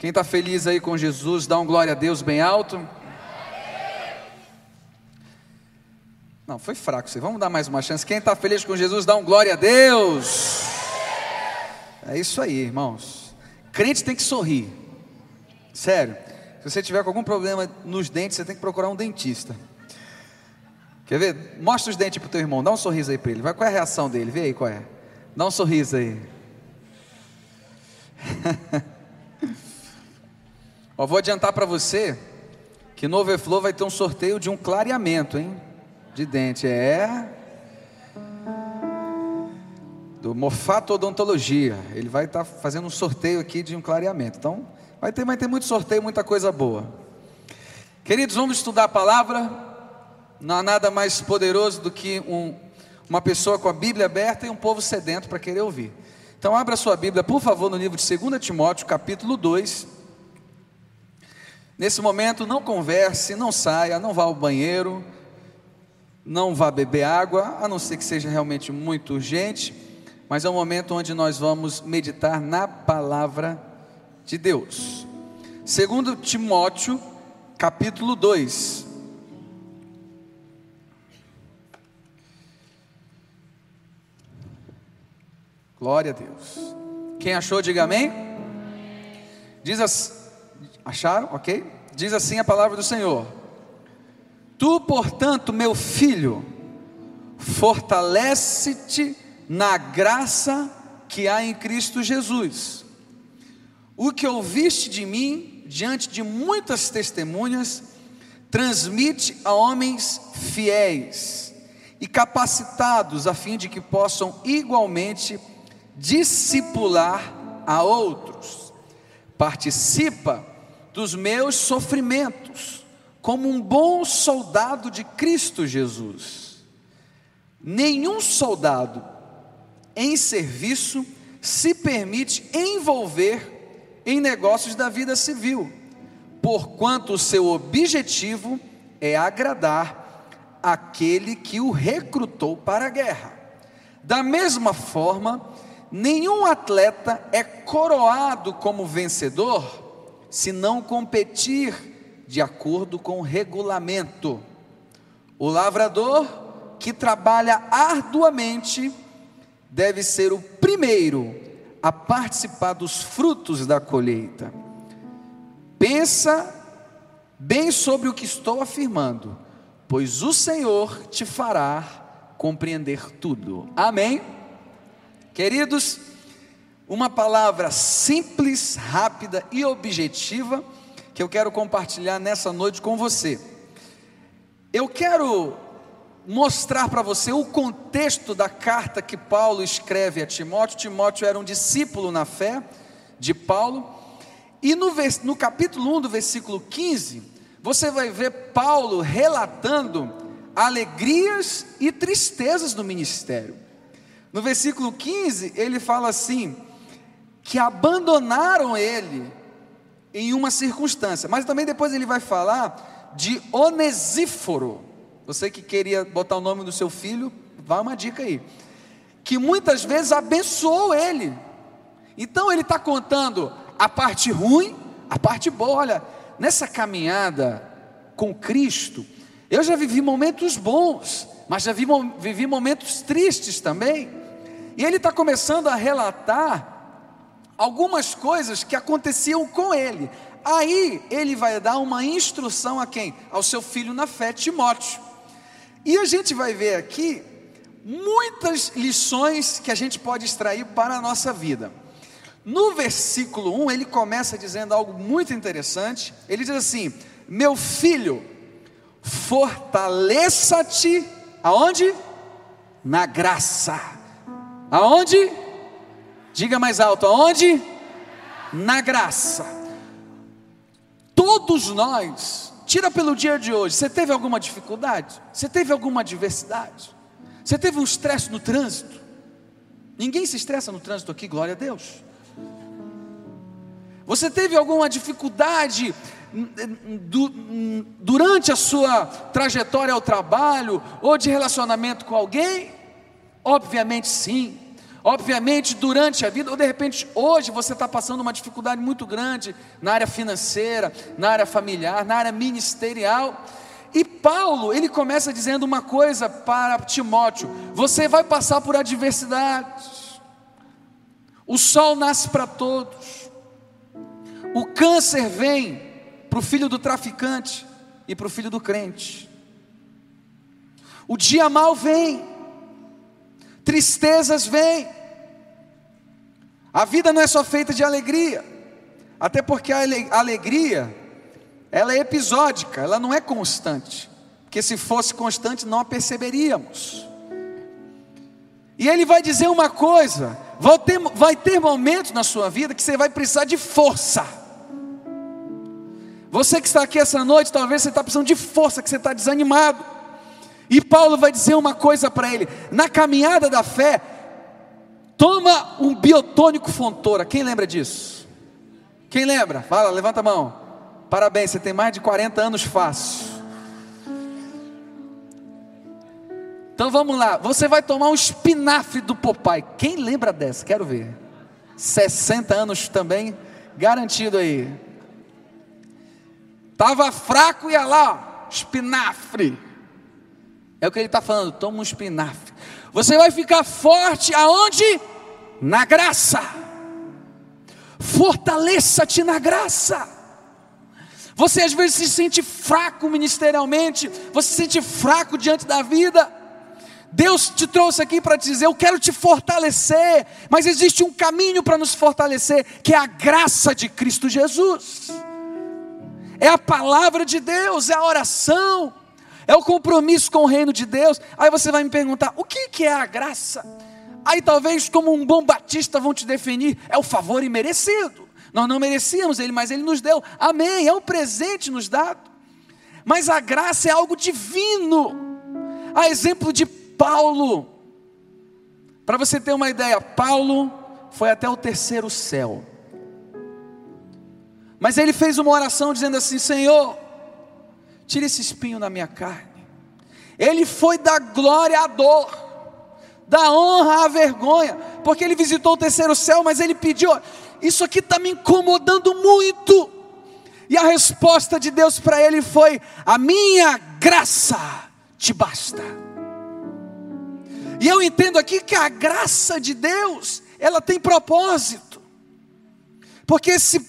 Quem está feliz aí com Jesus, dá um glória a Deus bem alto. Não, foi fraco isso aí. Vamos dar mais uma chance. Quem está feliz com Jesus, dá um glória a Deus. É isso aí, irmãos. Crente tem que sorrir. Sério. Se você tiver com algum problema nos dentes, você tem que procurar um dentista. Quer ver? Mostra os dentes para o teu irmão. Dá um sorriso aí para ele. Qual é a reação dele? Vê aí qual é. Dá um sorriso aí. Ó, vou adiantar para você que no Overflow vai ter um sorteio de um clareamento, hein? De dente, do Mofato Odontologia. Ele vai estar fazendo um sorteio aqui de um clareamento. Então, vai ter muito sorteio, muita coisa boa. Queridos, vamos estudar a palavra. Não há nada mais poderoso do que uma pessoa com a Bíblia aberta e um povo sedento para querer ouvir. Então, abra sua Bíblia, por favor, no livro de 2 Timóteo, capítulo 2. Nesse momento, não converse, não saia, não vá ao banheiro, não vá beber água, a não ser que seja realmente muito urgente, mas é um momento onde nós vamos meditar na palavra de Deus. 2 Timóteo, capítulo 2. Glória a Deus. Quem achou, diga amém. Acharam? Ok? Diz assim a palavra do Senhor: Tu, portanto, meu filho, fortalece-te na graça que há em Cristo Jesus. O que ouviste de mim, diante de muitas testemunhas, transmite a homens fiéis e capacitados, a fim de que possam igualmente discipular a outros. Participa dos meus sofrimentos, como um bom soldado de Cristo Jesus. Nenhum soldado em serviço se permite envolver em negócios da vida civil, porquanto o seu objetivo é agradar aquele que o recrutou para a guerra. Da mesma forma, nenhum atleta é coroado como vencedor se não competir de acordo com o regulamento. O lavrador que trabalha arduamente deve ser o primeiro a participar dos frutos da colheita. Pensa bem sobre o que estou afirmando, pois o Senhor te fará compreender tudo. Amém? Queridos, uma palavra simples, rápida e objetiva que eu quero compartilhar nessa noite com você. Eu quero mostrar para você o contexto da carta que Paulo escreve a Timóteo. Timóteo era um discípulo na fé de Paulo, e no capítulo 1 do versículo 15, você vai ver Paulo relatando alegrias e tristezas do ministério. No versículo 15, ele fala assim, que abandonaram ele em uma circunstância, mas também depois ele vai falar de Onesíforo. Você que queria botar o nome do seu filho, vá uma dica aí, que muitas vezes abençoou ele. Então ele está contando a parte ruim, a parte boa. Olha, nessa caminhada com Cristo, eu já vivi momentos bons, mas já vivi momentos tristes também. E ele está começando a relatar algumas coisas que aconteciam com ele. Aí ele vai dar uma instrução a quem? Ao seu filho na fé, Timóteo. E a gente vai ver aqui muitas lições que a gente pode extrair para a nossa vida. No versículo 1, ele começa dizendo algo muito interessante. Ele diz assim: meu filho, fortaleça-te, aonde? Na graça. Aonde? Diga mais alto, aonde? Na graça. Todos nós, tira pelo dia de hoje, você teve alguma dificuldade? Você teve alguma adversidade? Você teve um estresse no trânsito? Ninguém se estressa no trânsito aqui, glória a Deus. Você teve alguma dificuldade durante a sua trajetória ao trabalho, ou de relacionamento com alguém? Obviamente sim. Obviamente, durante a vida, ou de repente hoje você está passando uma dificuldade muito grande na área financeira, na área familiar, na área ministerial. E Paulo, ele começa dizendo uma coisa para Timóteo: você vai passar por adversidades. O sol nasce para todos. O câncer vem para o filho do traficante e para o filho do crente. O dia mau vem. Tristezas vêm. A vida não é só feita de alegria. Até porque a alegria, ela é episódica, ela não é constante. Porque se fosse constante, não a perceberíamos. E ele vai dizer uma coisa: vai ter momentos na sua vida que você vai precisar de força. Você que está aqui essa noite, talvez você está precisando de força, que você está desanimado. E Paulo vai dizer uma coisa para ele: na caminhada da fé, toma um biotônico Fontoura. Quem lembra disso? Quem lembra? Fala, levanta a mão. Parabéns, você tem mais de 40 anos fácil. Então vamos lá, você vai tomar um espinafre do Popeye. Quem lembra dessa? Quero ver. 60 anos também, garantido aí. Estava fraco e ia lá, ó, espinafre. É o que ele está falando, toma um espinafre. Você vai ficar forte aonde? Na graça. Fortaleça-te na graça. Você às vezes se sente fraco ministerialmente, você se sente fraco diante da vida. Deus te trouxe aqui para te dizer: eu quero te fortalecer. Mas existe um caminho para nos fortalecer, que é a graça de Cristo Jesus. É a palavra de Deus, é a oração, é o compromisso com o reino de Deus. Aí você vai me perguntar: o que é a graça? Aí talvez, como um bom batista, vão te definir: é o favor imerecido. Nós não merecíamos ele, mas ele nos deu. Amém, é um presente nos dado. Mas a graça é algo divino. A exemplo de Paulo, para você ter uma ideia, Paulo foi até o terceiro céu. Mas ele fez uma oração dizendo assim: Senhor, tira esse espinho na minha carne. Ele foi da glória à dor, da honra à vergonha, porque ele visitou o terceiro céu, mas ele pediu: isso aqui está me incomodando muito. E a resposta de Deus para ele foi: a minha graça te basta. E eu entendo aqui que a graça de Deus, ela tem propósito. Porque esse,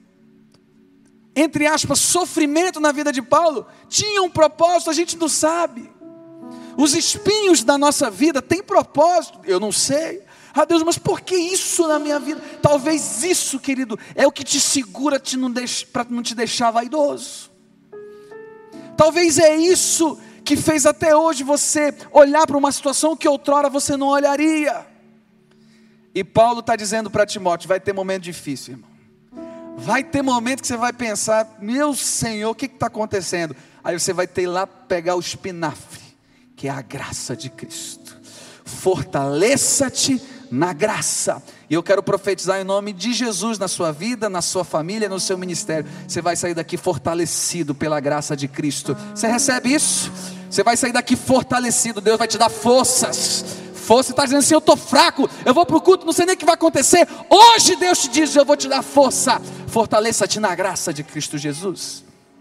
entre aspas, sofrimento na vida de Paulo tinha um propósito, a gente não sabe. Os espinhos da nossa vida têm propósito, eu não sei. Ah, Deus, mas por que isso na minha vida? Talvez isso, querido, é o que te segura para não te deixar vaidoso. Talvez é isso que fez até hoje você olhar para uma situação que outrora você não olharia. E Paulo está dizendo para Timóteo: vai ter momento difícil, irmão. Vai ter momento que você vai pensar: meu Senhor, o que está acontecendo? Aí você vai ter ir lá pegar o espinafre, que é a graça de Cristo. Fortaleça-te na graça. E eu quero profetizar em nome de Jesus na sua vida, na sua família, no seu ministério. Você vai sair daqui fortalecido pela graça de Cristo. Você recebe isso? Você vai sair daqui fortalecido. Deus vai te dar forças. Você está dizendo assim: eu estou fraco, eu vou para o culto, não sei nem o que vai acontecer. Hoje Deus te diz: eu vou te dar força. Fortaleça-te na graça de Cristo Jesus.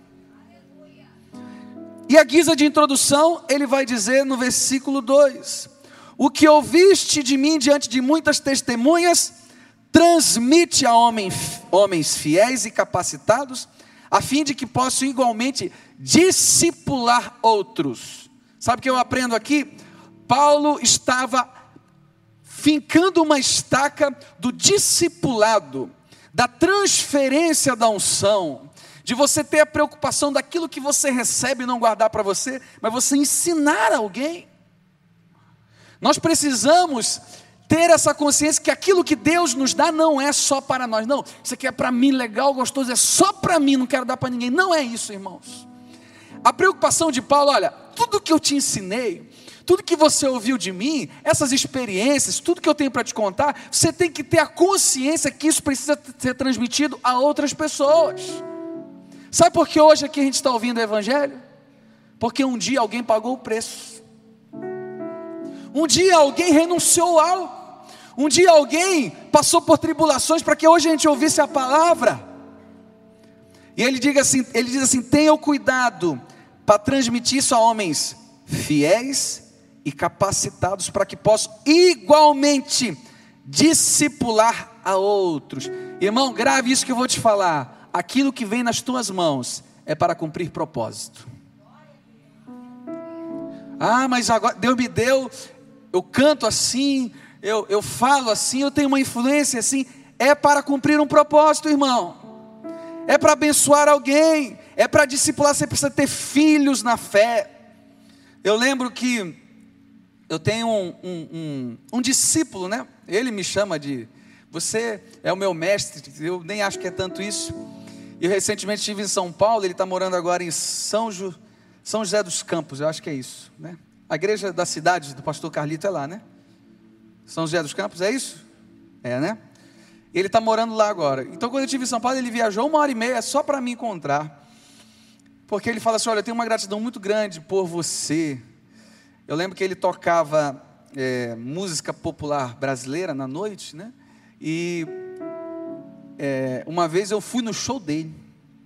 E a guisa de introdução, ele vai dizer no versículo 2: o que ouviste de mim diante de muitas testemunhas, transmite a homens fiéis e capacitados, a fim de que possam igualmente discipular outros. Sabe o que eu aprendo aqui? Paulo estava fincando uma estaca do discipulado, da transferência da unção, de você ter a preocupação daquilo que você recebe e não guardar para você, mas você ensinar alguém. Nós precisamos ter essa consciência que aquilo que Deus nos dá não é só para nós. Não, isso aqui é para mim, legal, gostoso, é só para mim, não quero dar para ninguém. Não é isso, irmãos. A preocupação de Paulo: olha, tudo que eu te ensinei, tudo que você ouviu de mim, essas experiências, tudo que eu tenho para te contar, você tem que ter a consciência que isso precisa ser transmitido a outras pessoas. Sabe por que hoje aqui a gente está ouvindo o Evangelho? Porque um dia alguém pagou o preço. Um dia alguém renunciou a algo. Um dia alguém passou por tribulações para que hoje a gente ouvisse a palavra. E ele diz assim: tenham cuidado para transmitir isso a homens fiéis e capacitados para que possam igualmente discipular a outros. Irmão, grave isso que eu vou te falar. Aquilo que vem nas tuas mãos é para cumprir propósito. Ah, mas agora Deus me deu, eu canto assim, eu falo assim, eu tenho uma influência assim. É para cumprir um propósito, irmão. É para abençoar alguém, é para discipular. Você precisa ter filhos na fé. Eu lembro que eu tenho um discípulo, né? Ele me chama de, você é o meu mestre. Eu nem acho que é tanto isso. Eu recentemente estive em São Paulo. Ele está morando agora em São José dos Campos, eu acho que é isso, né? A igreja da cidade do pastor Carlito é lá, né? São José dos Campos, é isso? É, né? Ele está morando lá agora. Então, quando eu estive em São Paulo, ele viajou 1h30 só para me encontrar. Porque ele fala assim: olha, eu tenho uma gratidão muito grande por você. Eu lembro que ele tocava música popular brasileira na noite, né? E uma vez eu fui no show dele.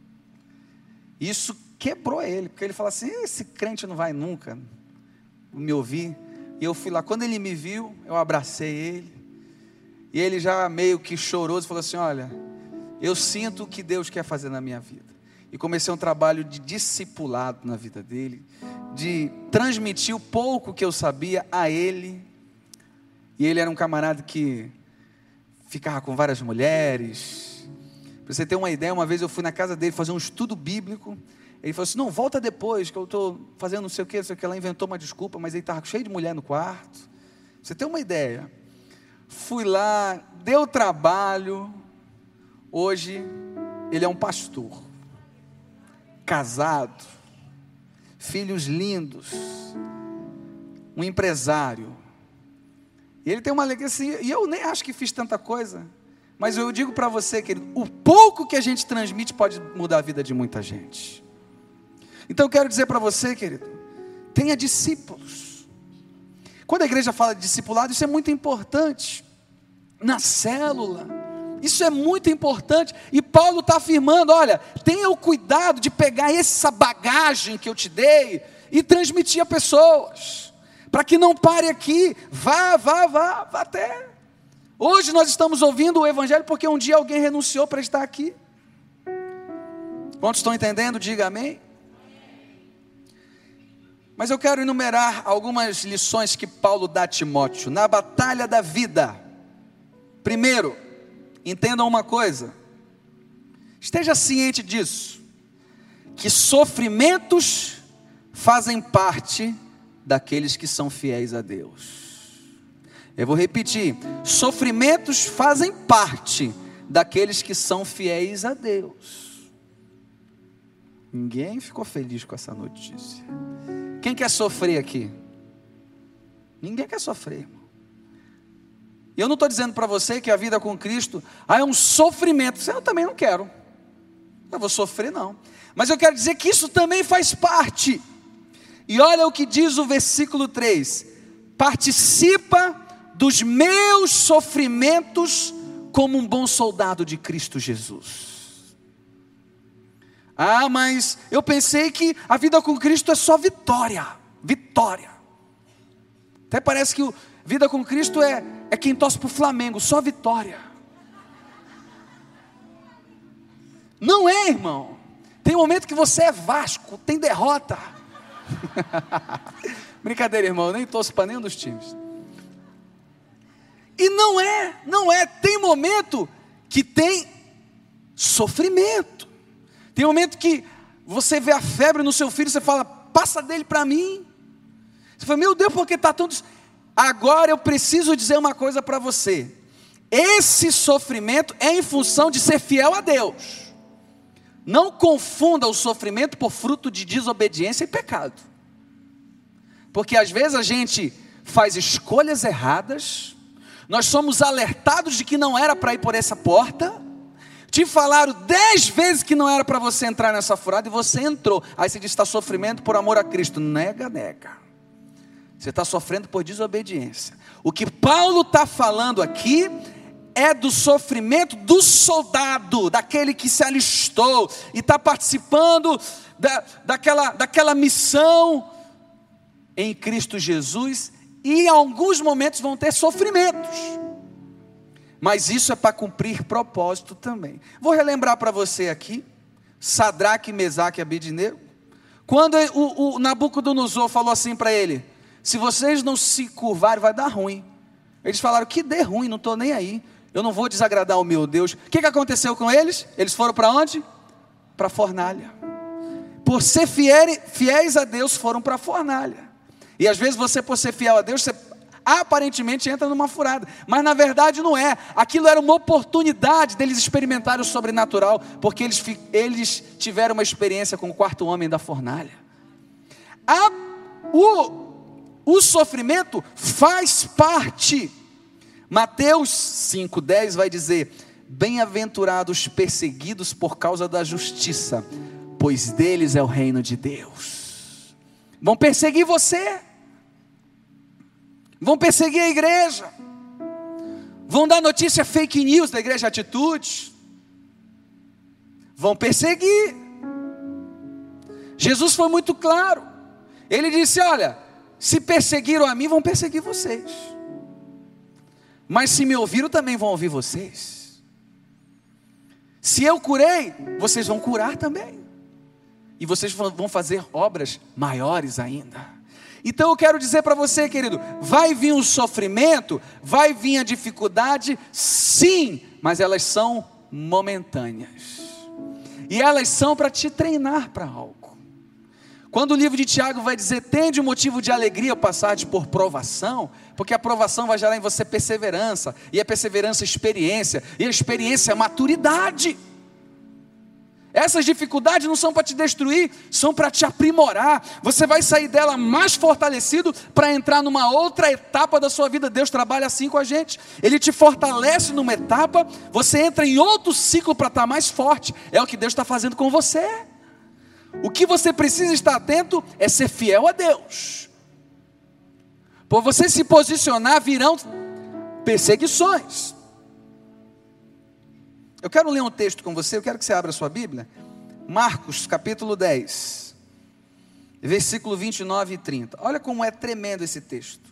Isso quebrou ele, porque ele fala assim: esse crente não vai nunca me ouvir. E eu fui lá. Quando ele me viu, eu abracei ele. E ele já meio que choroso falou assim: olha, eu sinto o que Deus quer fazer na minha vida. E comecei um trabalho de discipulado na vida dele, de transmitir o pouco que eu sabia a ele. E ele era um camarada que ficava com várias mulheres. Para você ter uma ideia, uma vez eu fui na casa dele fazer um estudo bíblico. Ele falou assim: não, volta depois, que eu estou fazendo não sei o que. Ela inventou uma desculpa, mas ele estava cheio de mulher no quarto. Pra você ter uma ideia. Fui lá, deu trabalho. Hoje ele é um pastor, casado, filhos lindos, um empresário. E ele tem uma legacia. E eu nem acho que fiz tanta coisa, mas eu digo para você, querido, o pouco que a gente transmite pode mudar a vida de muita gente. Então eu quero dizer para você, querido, tenha discípulos. Quando a igreja fala de discipulado, isso é muito importante. Na célula, isso é muito importante. E Paulo está afirmando: olha, tenha o cuidado de pegar essa bagagem que eu te dei e transmitir a pessoas, para que não pare aqui. Vá até. Hoje nós estamos ouvindo o evangelho porque um dia alguém renunciou para estar aqui. Quantos estão entendendo? Diga amém. Mas eu quero enumerar algumas lições que Paulo dá a Timóteo na batalha da vida. Primeiro, entendam uma coisa, esteja ciente disso, que sofrimentos fazem parte daqueles que são fiéis a Deus. Eu vou repetir: sofrimentos fazem parte daqueles que são fiéis a Deus. Ninguém ficou feliz com essa notícia. Quem quer sofrer aqui? Ninguém quer sofrer, irmão. E eu não estou dizendo para você que a vida com Cristo é um sofrimento. Eu também não quero. Não vou sofrer, não. Mas eu quero dizer que isso também faz parte. E olha o que diz o versículo 3: participa dos meus sofrimentos como um bom soldado de Cristo Jesus. Ah, mas eu pensei que a vida com Cristo é só vitória. Vitória. Até parece que vida com Cristo é quem torce para o Flamengo, só vitória. Não é, irmão. Tem momento que você é Vasco, tem derrota. Brincadeira, irmão, eu nem torço para nenhum dos times. E não é. Tem momento que tem sofrimento. Tem momento que você vê a febre no seu filho, você fala: passa dele para mim. Você fala: meu Deus, porque está tudo... Agora eu preciso dizer uma coisa para você. Esse sofrimento é em função de ser fiel a Deus. Não confunda o sofrimento por fruto de desobediência e pecado. Porque às vezes a gente faz escolhas erradas. Nós somos alertados de que não era para ir por essa porta. Te falaram 10 vezes que não era para você entrar nessa furada e você entrou. Aí você diz: está sofrimento por amor a Cristo. Nega. Você está sofrendo por desobediência. O que Paulo está falando aqui é do sofrimento do soldado, daquele que se alistou e está participando daquela missão em Cristo Jesus, e em alguns momentos vão ter sofrimentos, mas isso é para cumprir propósito também. Vou relembrar para você aqui, Sadraque, Mesaque e Abednego, quando o Nabucodonosor falou assim para ele: se vocês não se curvarem vai dar ruim. Eles falaram: que dê ruim, não estou nem aí, eu não vou desagradar o meu Deus. O que aconteceu com eles? Eles foram para onde? Para a fornalha. Por ser fiéis a Deus, foram para a fornalha. E às vezes você, por ser fiel a Deus, você aparentemente entra numa furada, mas na verdade não é. Aquilo era uma oportunidade deles experimentarem o sobrenatural, porque eles tiveram uma experiência com o quarto homem da fornalha. O sofrimento faz parte. Mateus 5,10 vai dizer: bem-aventurados perseguidos por causa da justiça, pois deles é o reino de Deus. Vão perseguir você, vão perseguir a igreja, vão dar notícia fake news da igreja Atitude, vão perseguir. Jesus foi muito claro, ele disse: olha, se perseguiram a mim, vão perseguir vocês, mas se me ouviram, também vão ouvir vocês. Se eu curei, vocês vão curar também, e vocês vão fazer obras maiores ainda. Então eu quero dizer para você, querido, vai vir o sofrimento, vai vir a dificuldade, sim, mas elas são momentâneas, e elas são para te treinar para algo. Quando o livro de Tiago vai dizer: tende um motivo de alegria ao passar por provação, porque a provação vai gerar em você perseverança, e a perseverança experiência, e a experiência maturidade. Essas dificuldades não são para te destruir, são para te aprimorar. Você vai sair dela mais fortalecido para entrar numa outra etapa da sua vida. Deus trabalha assim com a gente, Ele te fortalece numa etapa, você entra em outro ciclo para estar mais forte. É o que Deus está fazendo com você. O que você precisa estar atento é ser fiel a Deus. Por você se posicionar, virão perseguições. Eu quero ler um texto com você, eu quero que você abra a sua Bíblia. Marcos capítulo 10, versículo 29 e 30. Olha como é tremendo esse texto.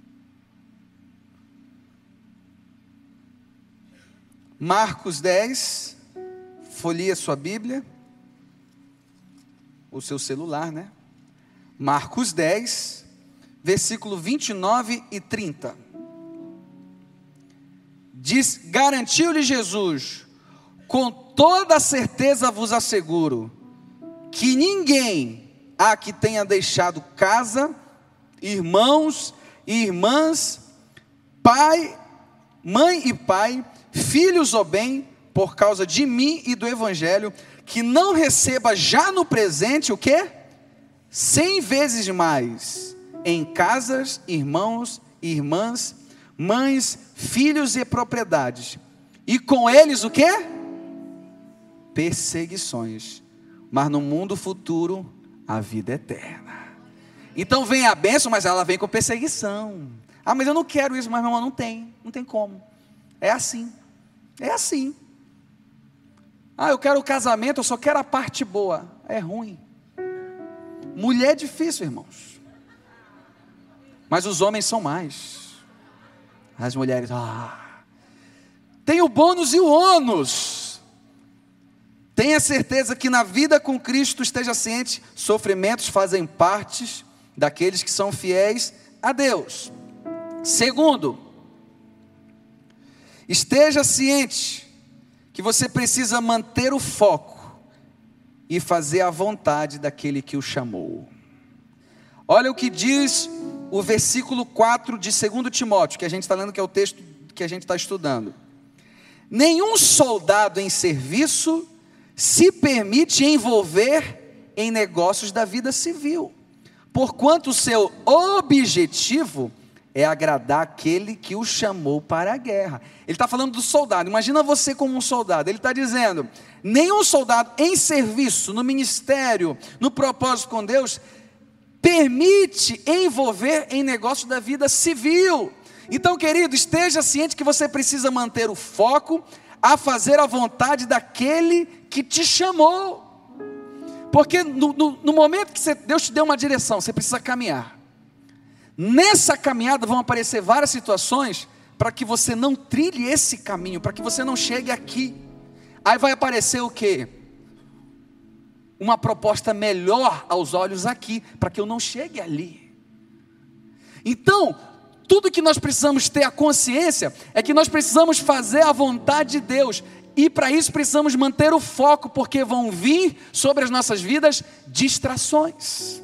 Marcos 10, folheie a sua Bíblia, o seu celular, né? Marcos 10, versículo 29 e 30. Diz: garantiu-lhe Jesus: com toda certeza vos asseguro, que ninguém há que tenha deixado casa, irmãos e irmãs, mãe e pai, filhos ou bem, por causa de mim e do Evangelho, que não receba já no presente o quê? 100 vezes mais, em casas, irmãos e irmãs, mães, filhos e propriedades, e com eles o quê? Perseguições, mas no mundo futuro, a vida eterna. Então vem a bênção, mas ela vem com perseguição. Ah, mas eu não quero isso, mas meu irmão, não tem como. É assim. Ah, eu quero o casamento, eu só quero a parte boa. É ruim. Mulher é difícil, irmãos, mas os homens são mais. As mulheres, tem o bônus e o ônus. Tenha certeza que na vida com Cristo, esteja ciente, sofrimentos fazem parte daqueles que são fiéis a Deus. Segundo, esteja ciente que você precisa manter o foco e fazer a vontade daquele que o chamou. Olha o que diz o versículo 4 de 2 Timóteo, que a gente está lendo, que é o texto que a gente está estudando. Nenhum soldado em serviço se permite envolver em negócios da vida civil, porquanto o seu objetivo é agradar aquele que o chamou para a guerra. Ele está falando do soldado. Imagina você como um soldado. Ele está dizendo: nenhum soldado em serviço, no ministério, no propósito com Deus, permite envolver em negócio da vida civil. Então, querido, esteja ciente que você precisa manter o foco a fazer a vontade daquele que te chamou. Porque no momento que Deus te deu uma direção, você precisa caminhar. Nessa caminhada vão aparecer várias situações para que você não trilhe esse caminho, para que você não chegue aqui. Aí vai aparecer o quê? Uma proposta melhor aos olhos aqui, para que eu não chegue ali. Então, tudo que nós precisamos ter a consciência é que nós precisamos fazer a vontade de Deus. E para isso precisamos manter o foco, porque vão vir sobre as nossas vidas distrações.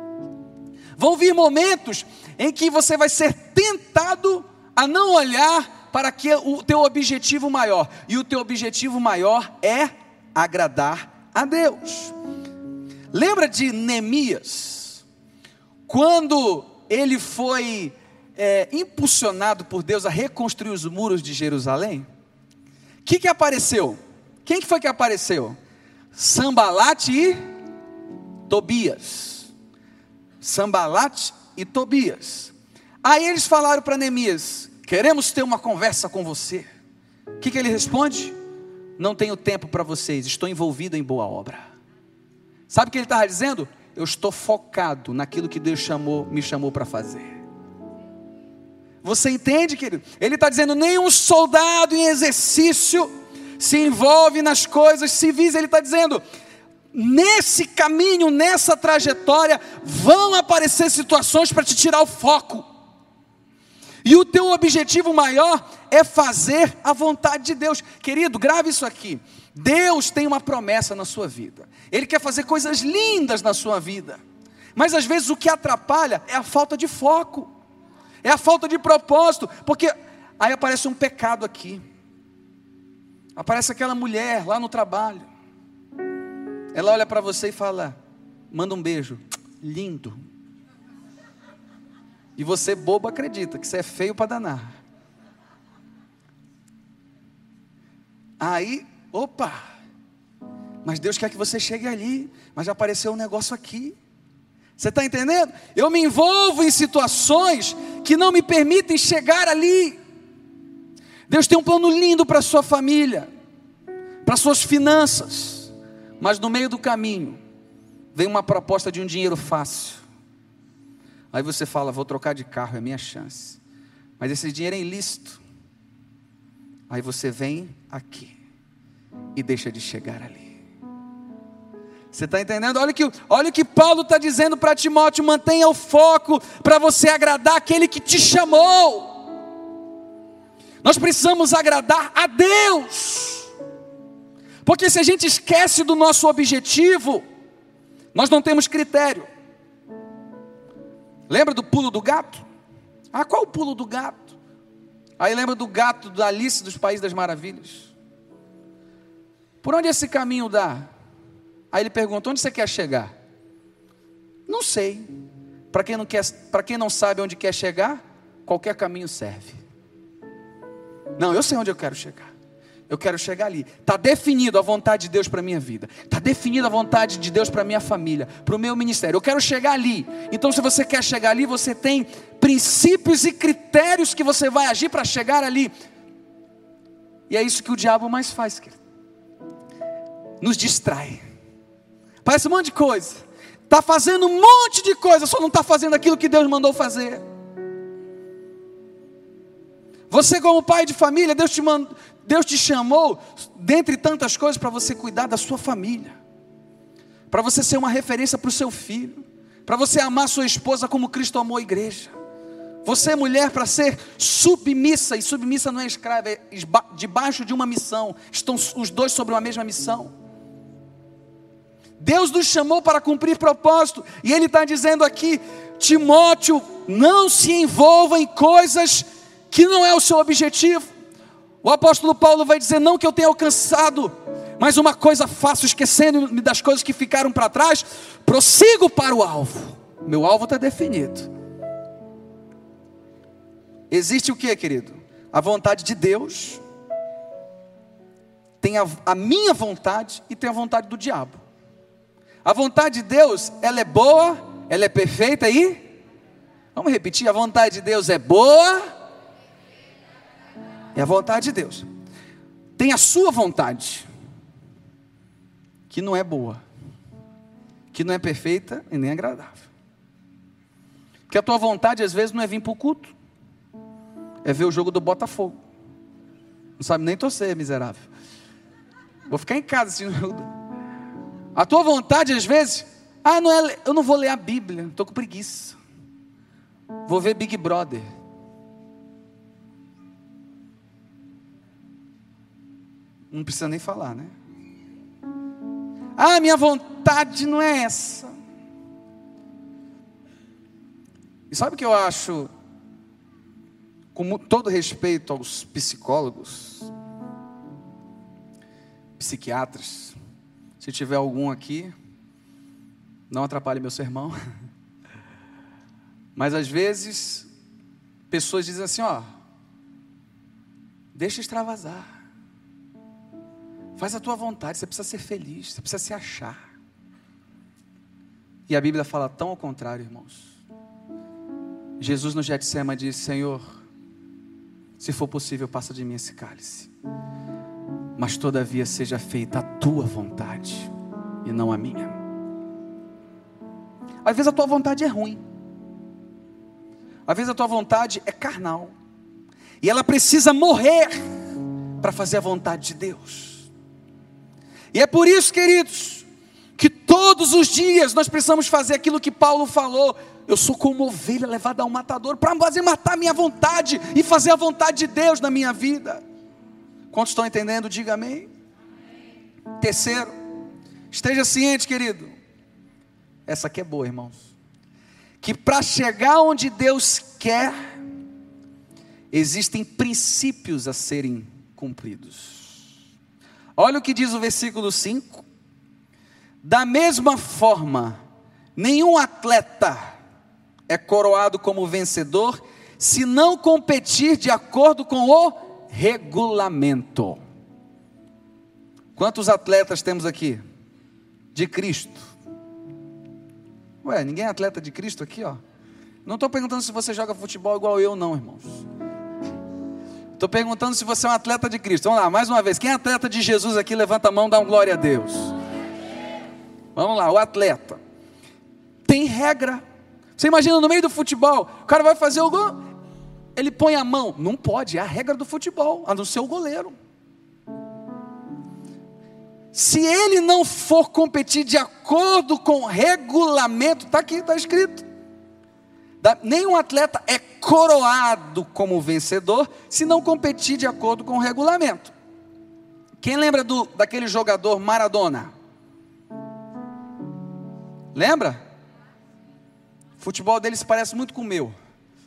Vão vir momentos em que você vai ser tentado a não olhar para o teu objetivo maior. E o teu objetivo maior é agradar a Deus. Lembra de Neemias? Quando ele foi impulsionado por Deus a reconstruir os muros de Jerusalém, o que apareceu? Quem que foi que apareceu? Sanbalate e Tobias. Sanbalate e Tobias. Aí eles falaram para Neemias: queremos ter uma conversa com você. O que ele responde? Não tenho tempo para vocês, estou envolvido em boa obra. Sabe o que ele estava dizendo? Eu estou focado naquilo que Deus me chamou para fazer. Você entende, querido? Ele está dizendo, nenhum soldado em exercício se envolve nas coisas civis. Ele está dizendo, nesse caminho, nessa trajetória, vão aparecer situações para te tirar o foco. E o teu objetivo maior é fazer a vontade de Deus. Querido, grave isso aqui. Deus tem uma promessa na sua vida. Ele quer fazer coisas lindas na sua vida. Mas às vezes o que atrapalha é a falta de foco. É a falta de propósito. Porque aí aparece um pecado aqui. Aparece aquela mulher lá no trabalho. Ela olha para você e fala, manda um beijo. Lindo. E você, bobo, acredita que você é feio para danar. Aí, opa, mas Deus quer que você chegue ali, mas já apareceu um negócio aqui. Você está entendendo? Eu me envolvo em situações que não me permitem chegar ali. Deus tem um plano lindo para a sua família, para suas finanças, mas no meio do caminho, vem uma proposta de um dinheiro fácil. Aí você fala, vou trocar de carro, é minha chance. Mas esse dinheiro é ilícito. Aí você vem aqui e deixa de chegar ali. Você está entendendo? Olha o que Paulo está dizendo para Timóteo, mantenha o foco para você agradar aquele que te chamou. Nós precisamos agradar a Deus. Porque se a gente esquece do nosso objetivo, nós não temos critério. Lembra do pulo do gato? Ah, qual o pulo do gato? Aí lembra do gato da Alice dos Países das Maravilhas. Por onde esse caminho dá? Aí ele pergunta, onde você quer chegar? Não sei. Para quem não sabe onde quer chegar, qualquer caminho serve. Não, eu sei onde eu quero chegar. Eu quero chegar ali. Está definido a vontade de Deus para a minha vida. Está definida a vontade de Deus para a minha família, para o meu ministério. Eu quero chegar ali. Então se você quer chegar ali, você tem princípios e critérios que você vai agir para chegar ali. E é isso que o diabo mais faz, querido. Nos distrai. Parece um monte de coisa. Está fazendo um monte de coisa, só não está fazendo aquilo que Deus mandou fazer. Você como pai de família, Deus te chamou, dentre tantas coisas, para você cuidar da sua família. Para você ser uma referência para o seu filho. Para você amar sua esposa como Cristo amou a igreja. Você mulher para ser submissa, e submissa não é escrava, é debaixo de uma missão. Estão os dois sobre uma mesma missão. Deus nos chamou para cumprir propósito. E Ele está dizendo aqui, Timóteo, não se envolva em coisas que não é o seu objetivo. O apóstolo Paulo vai dizer, não que eu tenha alcançado, mas uma coisa faço, esquecendo-me das coisas que ficaram para trás, prossigo para o alvo. Meu alvo está definido. Existe o que, querido? A vontade de Deus, tem a minha vontade e tem a vontade do diabo. A vontade de Deus, ela é boa, ela é perfeita e... Vamos repetir, a vontade de Deus é boa. É a vontade de Deus. Tem a sua vontade, que não é boa, que não é perfeita e nem agradável. Porque a tua vontade às vezes não é vir para o culto, é ver o jogo do Botafogo. Não sabe nem torcer, miserável. Vou ficar em casa assistindo. A tua vontade às vezes, eu não vou ler a Bíblia, estou com preguiça. Vou ver Big Brother. Não precisa nem falar, né? Minha vontade não é essa. E sabe o que eu acho? Com todo respeito aos psicólogos, psiquiatras, se tiver algum aqui, não atrapalhe meu sermão. Mas às vezes, pessoas dizem assim, deixa extravasar. Faz a tua vontade, você precisa ser feliz, você precisa se achar. E a Bíblia fala tão ao contrário, irmãos. Jesus no Getsema disse, Senhor, se for possível, passa de mim esse cálice. Mas todavia seja feita a tua vontade e não a minha. Às vezes a tua vontade é ruim. Às vezes a tua vontade é carnal. E ela precisa morrer para fazer a vontade de Deus. E é por isso, queridos, que todos os dias nós precisamos fazer aquilo que Paulo falou. Eu sou como ovelha levada ao matador para fazer matar a minha vontade e fazer a vontade de Deus na minha vida. Quantos estão entendendo? Diga amém. Terceiro, esteja ciente, querido. Essa aqui é boa, irmãos. Que para chegar onde Deus quer, existem princípios a serem cumpridos. Olha o que diz o versículo 5. Da mesma forma, nenhum atleta é coroado como vencedor, se não competir de acordo com o regulamento. Quantos atletas temos aqui? De Cristo. Ninguém é atleta de Cristo aqui, ó. Não estou perguntando se você joga futebol igual eu não, irmãos. Estou perguntando se você é um atleta de Cristo. Vamos lá, mais uma vez. Quem é atleta de Jesus aqui, levanta a mão, dá um glória a Deus. Vamos lá, o atleta. Tem regra. Você imagina no meio do futebol, o cara vai fazer o gol, ele põe a mão. Não pode, é a regra do futebol, a não ser o goleiro. Se ele não for competir de acordo com o regulamento, está aqui, está escrito. Nenhum atleta é coroado como vencedor se não competir de acordo com o regulamento. Quem lembra daquele jogador Maradona? Lembra? O futebol dele se parece muito com o meu.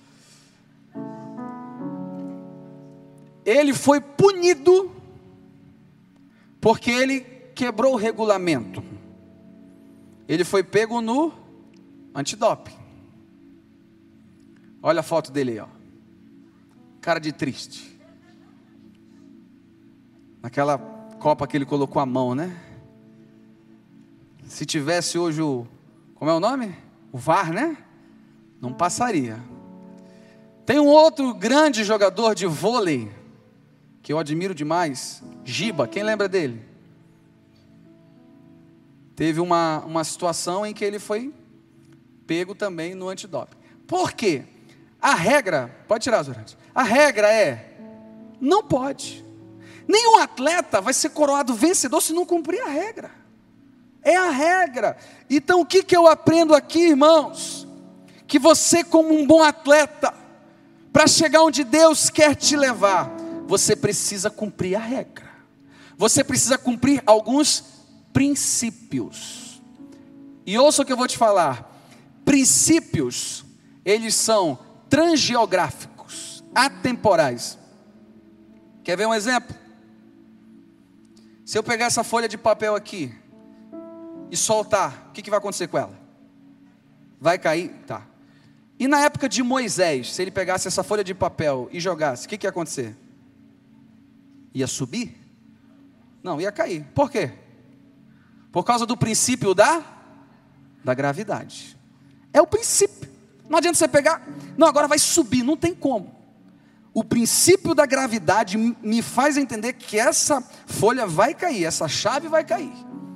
Ele foi punido porque ele quebrou o regulamento. Ele foi pego no antidoping. Olha a foto dele aí, ó. Cara de triste. Naquela copa que ele colocou a mão, né? Se tivesse hoje como é o nome? O VAR, né? Não passaria. Tem um outro grande jogador de vôlei, que eu admiro demais, Giba, quem lembra dele? Teve uma situação em que ele foi pego também no antidoping. Por quê? A regra, pode tirar, Zorante. A regra não pode. Nenhum atleta vai ser coroado vencedor se não cumprir a regra. É a regra. Então o que eu aprendo aqui, irmãos? Que você, como um bom atleta, para chegar onde Deus quer te levar, você precisa cumprir a regra. Você precisa cumprir alguns princípios. E ouça o que eu vou te falar. Princípios, eles são transgeográficos, atemporais. Quer ver um exemplo? Se eu pegar essa folha de papel aqui e soltar, o que vai acontecer com ela? Vai cair? Tá. E na época de Moisés, se ele pegasse essa folha de papel e jogasse, o que ia acontecer? Ia subir? Não, ia cair. Por quê? Por causa do princípio da gravidade. É o princípio. Não adianta você pegar, não, agora vai subir, não tem como. O princípio da gravidade me faz entender que essa folha vai cair, essa chave vai cair.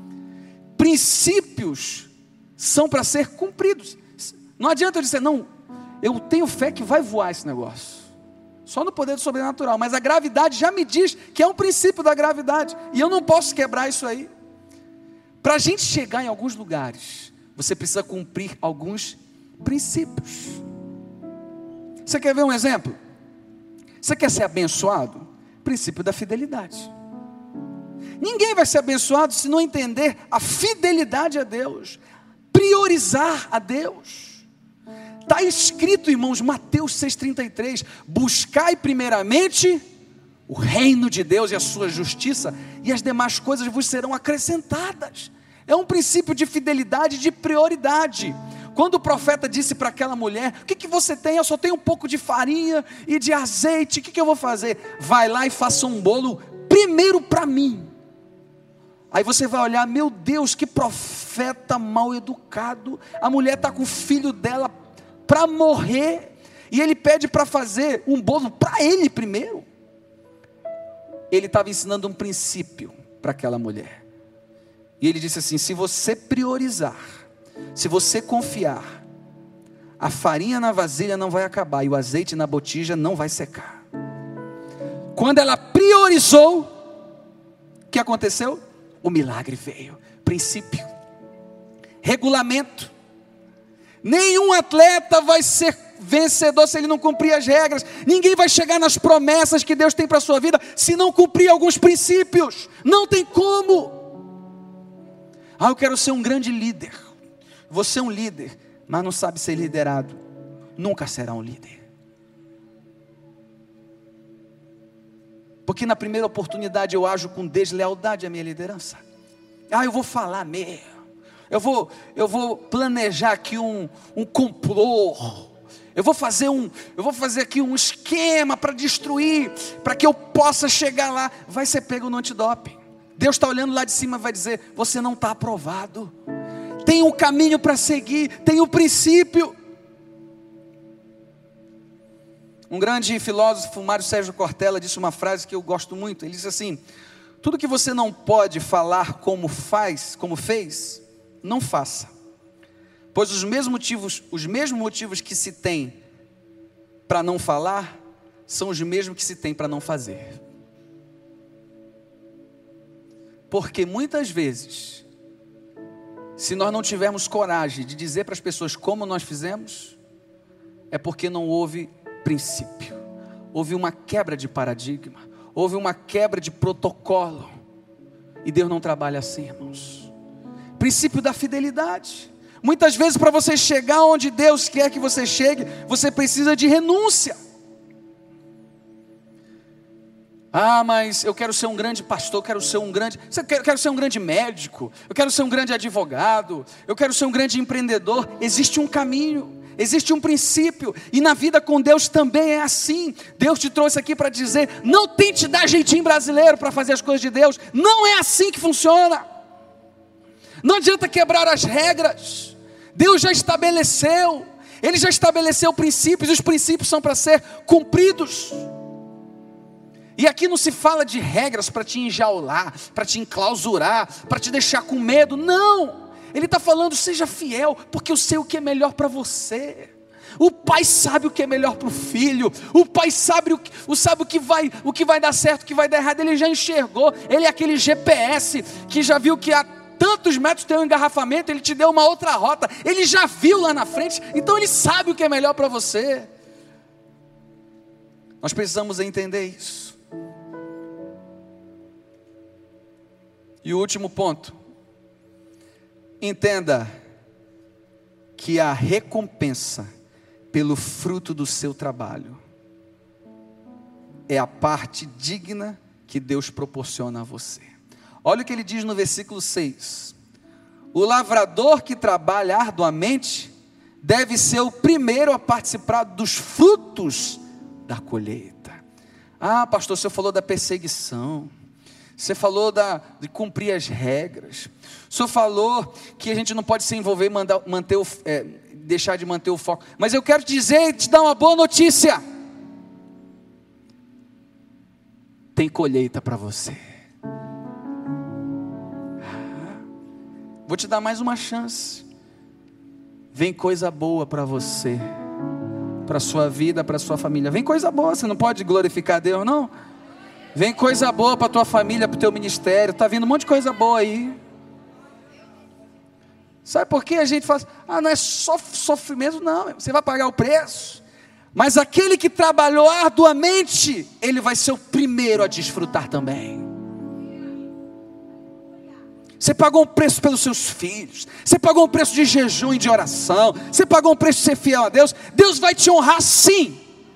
Princípios são para ser cumpridos. Não adianta eu dizer, não, eu tenho fé que vai voar esse negócio. Só no poder do sobrenatural. Mas a gravidade já me diz que é um princípio da gravidade. E eu não posso quebrar isso aí. Para a gente chegar em alguns lugares, você precisa cumprir alguns princípios. Você quer ver um exemplo? Você quer ser abençoado? Princípio da fidelidade. Ninguém vai ser abençoado se não entender a fidelidade a Deus, priorizar a Deus. Está escrito, irmãos, Mateus 6,33, buscai primeiramente o reino de Deus e a sua justiça, e as demais coisas vos serão acrescentadas. É um princípio de fidelidade e de prioridade. Quando o profeta disse para aquela mulher, o que você tem? Eu só tenho um pouco de farinha e de azeite, o que eu vou fazer? Vai lá e faça um bolo primeiro para mim. Aí você vai olhar, meu Deus, que profeta mal educado. A mulher está com o filho dela para morrer, e ele pede para fazer um bolo para ele primeiro. Ele estava ensinando um princípio para aquela mulher. E ele disse assim, se você priorizar, se você confiar, a farinha na vasilha não vai acabar, e o azeite na botija não vai secar. Quando ela priorizou, o que aconteceu? O milagre veio. Princípio, regulamento. Nenhum atleta vai ser vencedor se ele não cumprir as regras. Ninguém vai chegar nas promessas que Deus tem para a sua vida se não cumprir alguns princípios. Não tem como. Eu quero ser um grande líder. Você é um líder, mas não sabe ser liderado, nunca será um líder. Porque na primeira oportunidade eu ajo com deslealdade à minha liderança. Eu vou falar mesmo. Eu vou planejar aqui um complô. Eu vou fazer aqui um esquema para destruir, para que eu possa chegar lá. Vai ser pego no antidoping. Deus está olhando lá de cima e vai dizer, você não está aprovado. Tem um caminho para seguir, tem um princípio. Um grande filósofo, Mário Sérgio Cortella, disse uma frase que eu gosto muito. Ele disse assim, tudo que você não pode falar como fez, não faça. Pois os mesmos motivos que se tem para não falar, são os mesmos que se tem para não fazer. Porque muitas vezes, se nós não tivermos coragem de dizer para as pessoas como nós fizemos, é porque não houve princípio, houve uma quebra de paradigma, houve uma quebra de protocolo, e Deus não trabalha assim, irmãos. Princípio da fidelidade. Muitas vezes para você chegar onde Deus quer que você chegue, você precisa de renúncia. Mas eu quero ser um grande pastor, eu quero ser um grande médico, eu quero ser um grande advogado, eu quero ser um grande empreendedor. Existe um caminho, existe um princípio, e na vida com Deus também é assim. Deus te trouxe aqui para dizer, não tente dar jeitinho brasileiro para fazer as coisas de Deus, não é assim que funciona. Não adianta quebrar as regras, Deus já estabeleceu, Ele já estabeleceu princípios, e os princípios são para ser cumpridos. E aqui não se fala de regras para te enjaular, para te enclausurar, para te deixar com medo, não. Ele está falando, seja fiel, porque eu sei o que é melhor para você. O pai sabe o que é melhor para o filho, o pai sabe o que vai dar certo, o que vai dar errado. Ele já enxergou, ele é aquele GPS que já viu que há tantos metros tem um engarrafamento, ele te deu uma outra rota, ele já viu lá na frente, então ele sabe o que é melhor para você. Nós precisamos entender isso. E o último ponto, entenda que a recompensa pelo fruto do seu trabalho é a parte digna que Deus proporciona a você. Olha o que ele diz no versículo 6. O lavrador que trabalha arduamente deve ser o primeiro a participar dos frutos da colheita. Pastor, o senhor falou da perseguição. Você falou de cumprir as regras. O Senhor falou que a gente não pode se envolver e deixar de manter o foco. Mas eu quero te dar uma boa notícia. Tem colheita para você. Vou te dar mais uma chance. Vem coisa boa para você, para a sua vida, para a sua família. Vem coisa boa, você não pode glorificar a Deus, não? Vem coisa boa para a tua família, para o teu ministério. Está vindo um monte de coisa boa aí. Sabe por que a gente fala, não é só sofrimento, não, você vai pagar o preço. Mas aquele que trabalhou arduamente, ele vai ser o primeiro a desfrutar também. Você pagou um preço pelos seus filhos, você pagou um preço de jejum e de oração, você pagou um preço de ser fiel a Deus. Deus vai te honrar sim.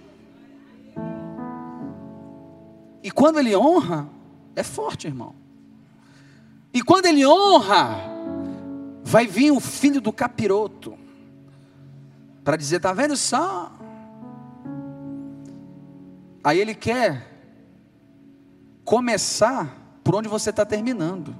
E quando Ele honra, é forte, irmão. E quando Ele honra, vai vir o filho do capiroto para dizer, está vendo só? Aí Ele quer começar por onde você está terminando.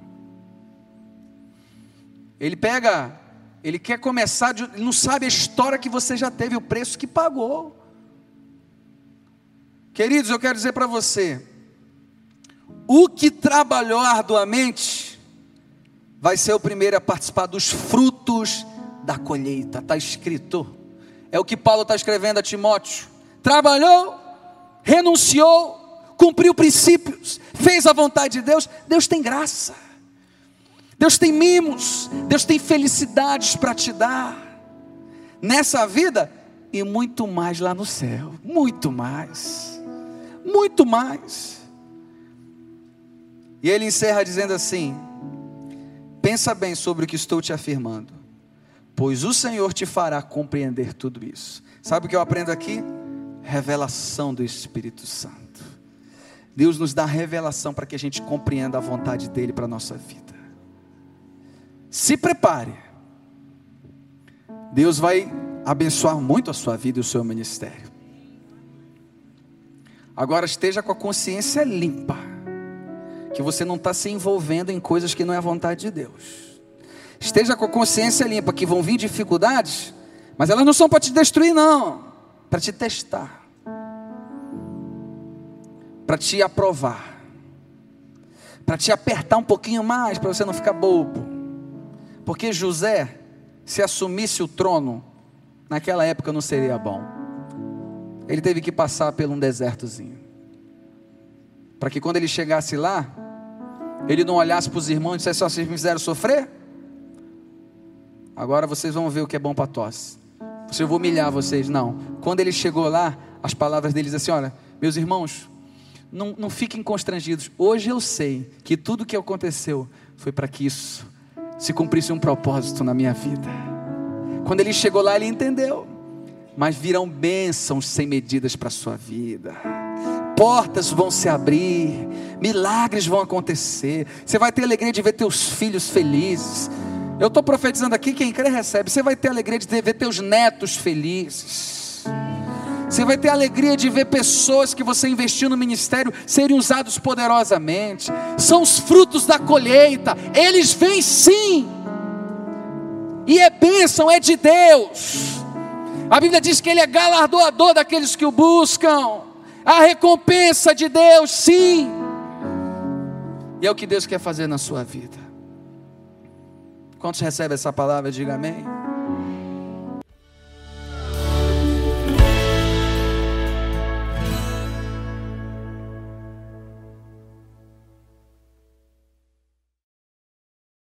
Ele quer começar, ele não sabe a história que você já teve, o preço que pagou. Queridos, eu quero dizer para você, o que trabalhou arduamente, vai ser o primeiro a participar dos frutos da colheita. Está escrito, é o que Paulo está escrevendo a Timóteo. Trabalhou, renunciou, cumpriu princípios, fez a vontade de Deus. Deus tem graça, Deus tem mimos, Deus tem felicidades para te dar, nessa vida, e muito mais lá no céu, muito mais, muito mais. E ele encerra dizendo assim, pensa bem sobre o que estou te afirmando, pois o Senhor te fará compreender tudo isso. Sabe o que eu aprendo aqui? Revelação do Espírito Santo. Deus nos dá revelação para que a gente compreenda a vontade dEle para a nossa vida. Se prepare, Deus vai abençoar muito a sua vida e o seu ministério. Agora esteja com a consciência limpa, que você não está se envolvendo em coisas que não é a vontade de Deus. Esteja com a consciência limpa, que vão vir dificuldades, mas elas não são para te destruir não, para te testar, para te aprovar, para te apertar um pouquinho mais, para você não ficar bobo. Porque José, se assumisse o trono, naquela época não seria bom. Ele teve que passar por um desertozinho, para que quando ele chegasse lá, ele não olhasse para os irmãos e dissesse, vocês me fizeram sofrer? Agora vocês vão ver o que é bom para tosse. Eu vou humilhar vocês. Não, quando ele chegou lá, as palavras dele dizem assim, olha, meus irmãos, não fiquem constrangidos. Hoje eu sei que tudo o que aconteceu foi para que isso se cumprisse um propósito na minha vida. Quando ele chegou lá, ele entendeu. Mas virão bênçãos sem medidas para a sua vida. Portas vão se abrir, milagres vão acontecer. Você vai ter alegria de ver teus filhos felizes. Eu estou profetizando aqui, quem crê recebe. Você vai ter alegria de ver teus netos felizes. Você vai ter alegria de ver pessoas que você investiu no ministério serem usados poderosamente. São os frutos da colheita, eles vêm sim, e é bênção, é de Deus. A Bíblia diz que Ele é galardoador daqueles que o buscam. A recompensa de Deus, sim. E é o que Deus quer fazer na sua vida. Quantos recebem essa palavra? Diga amém.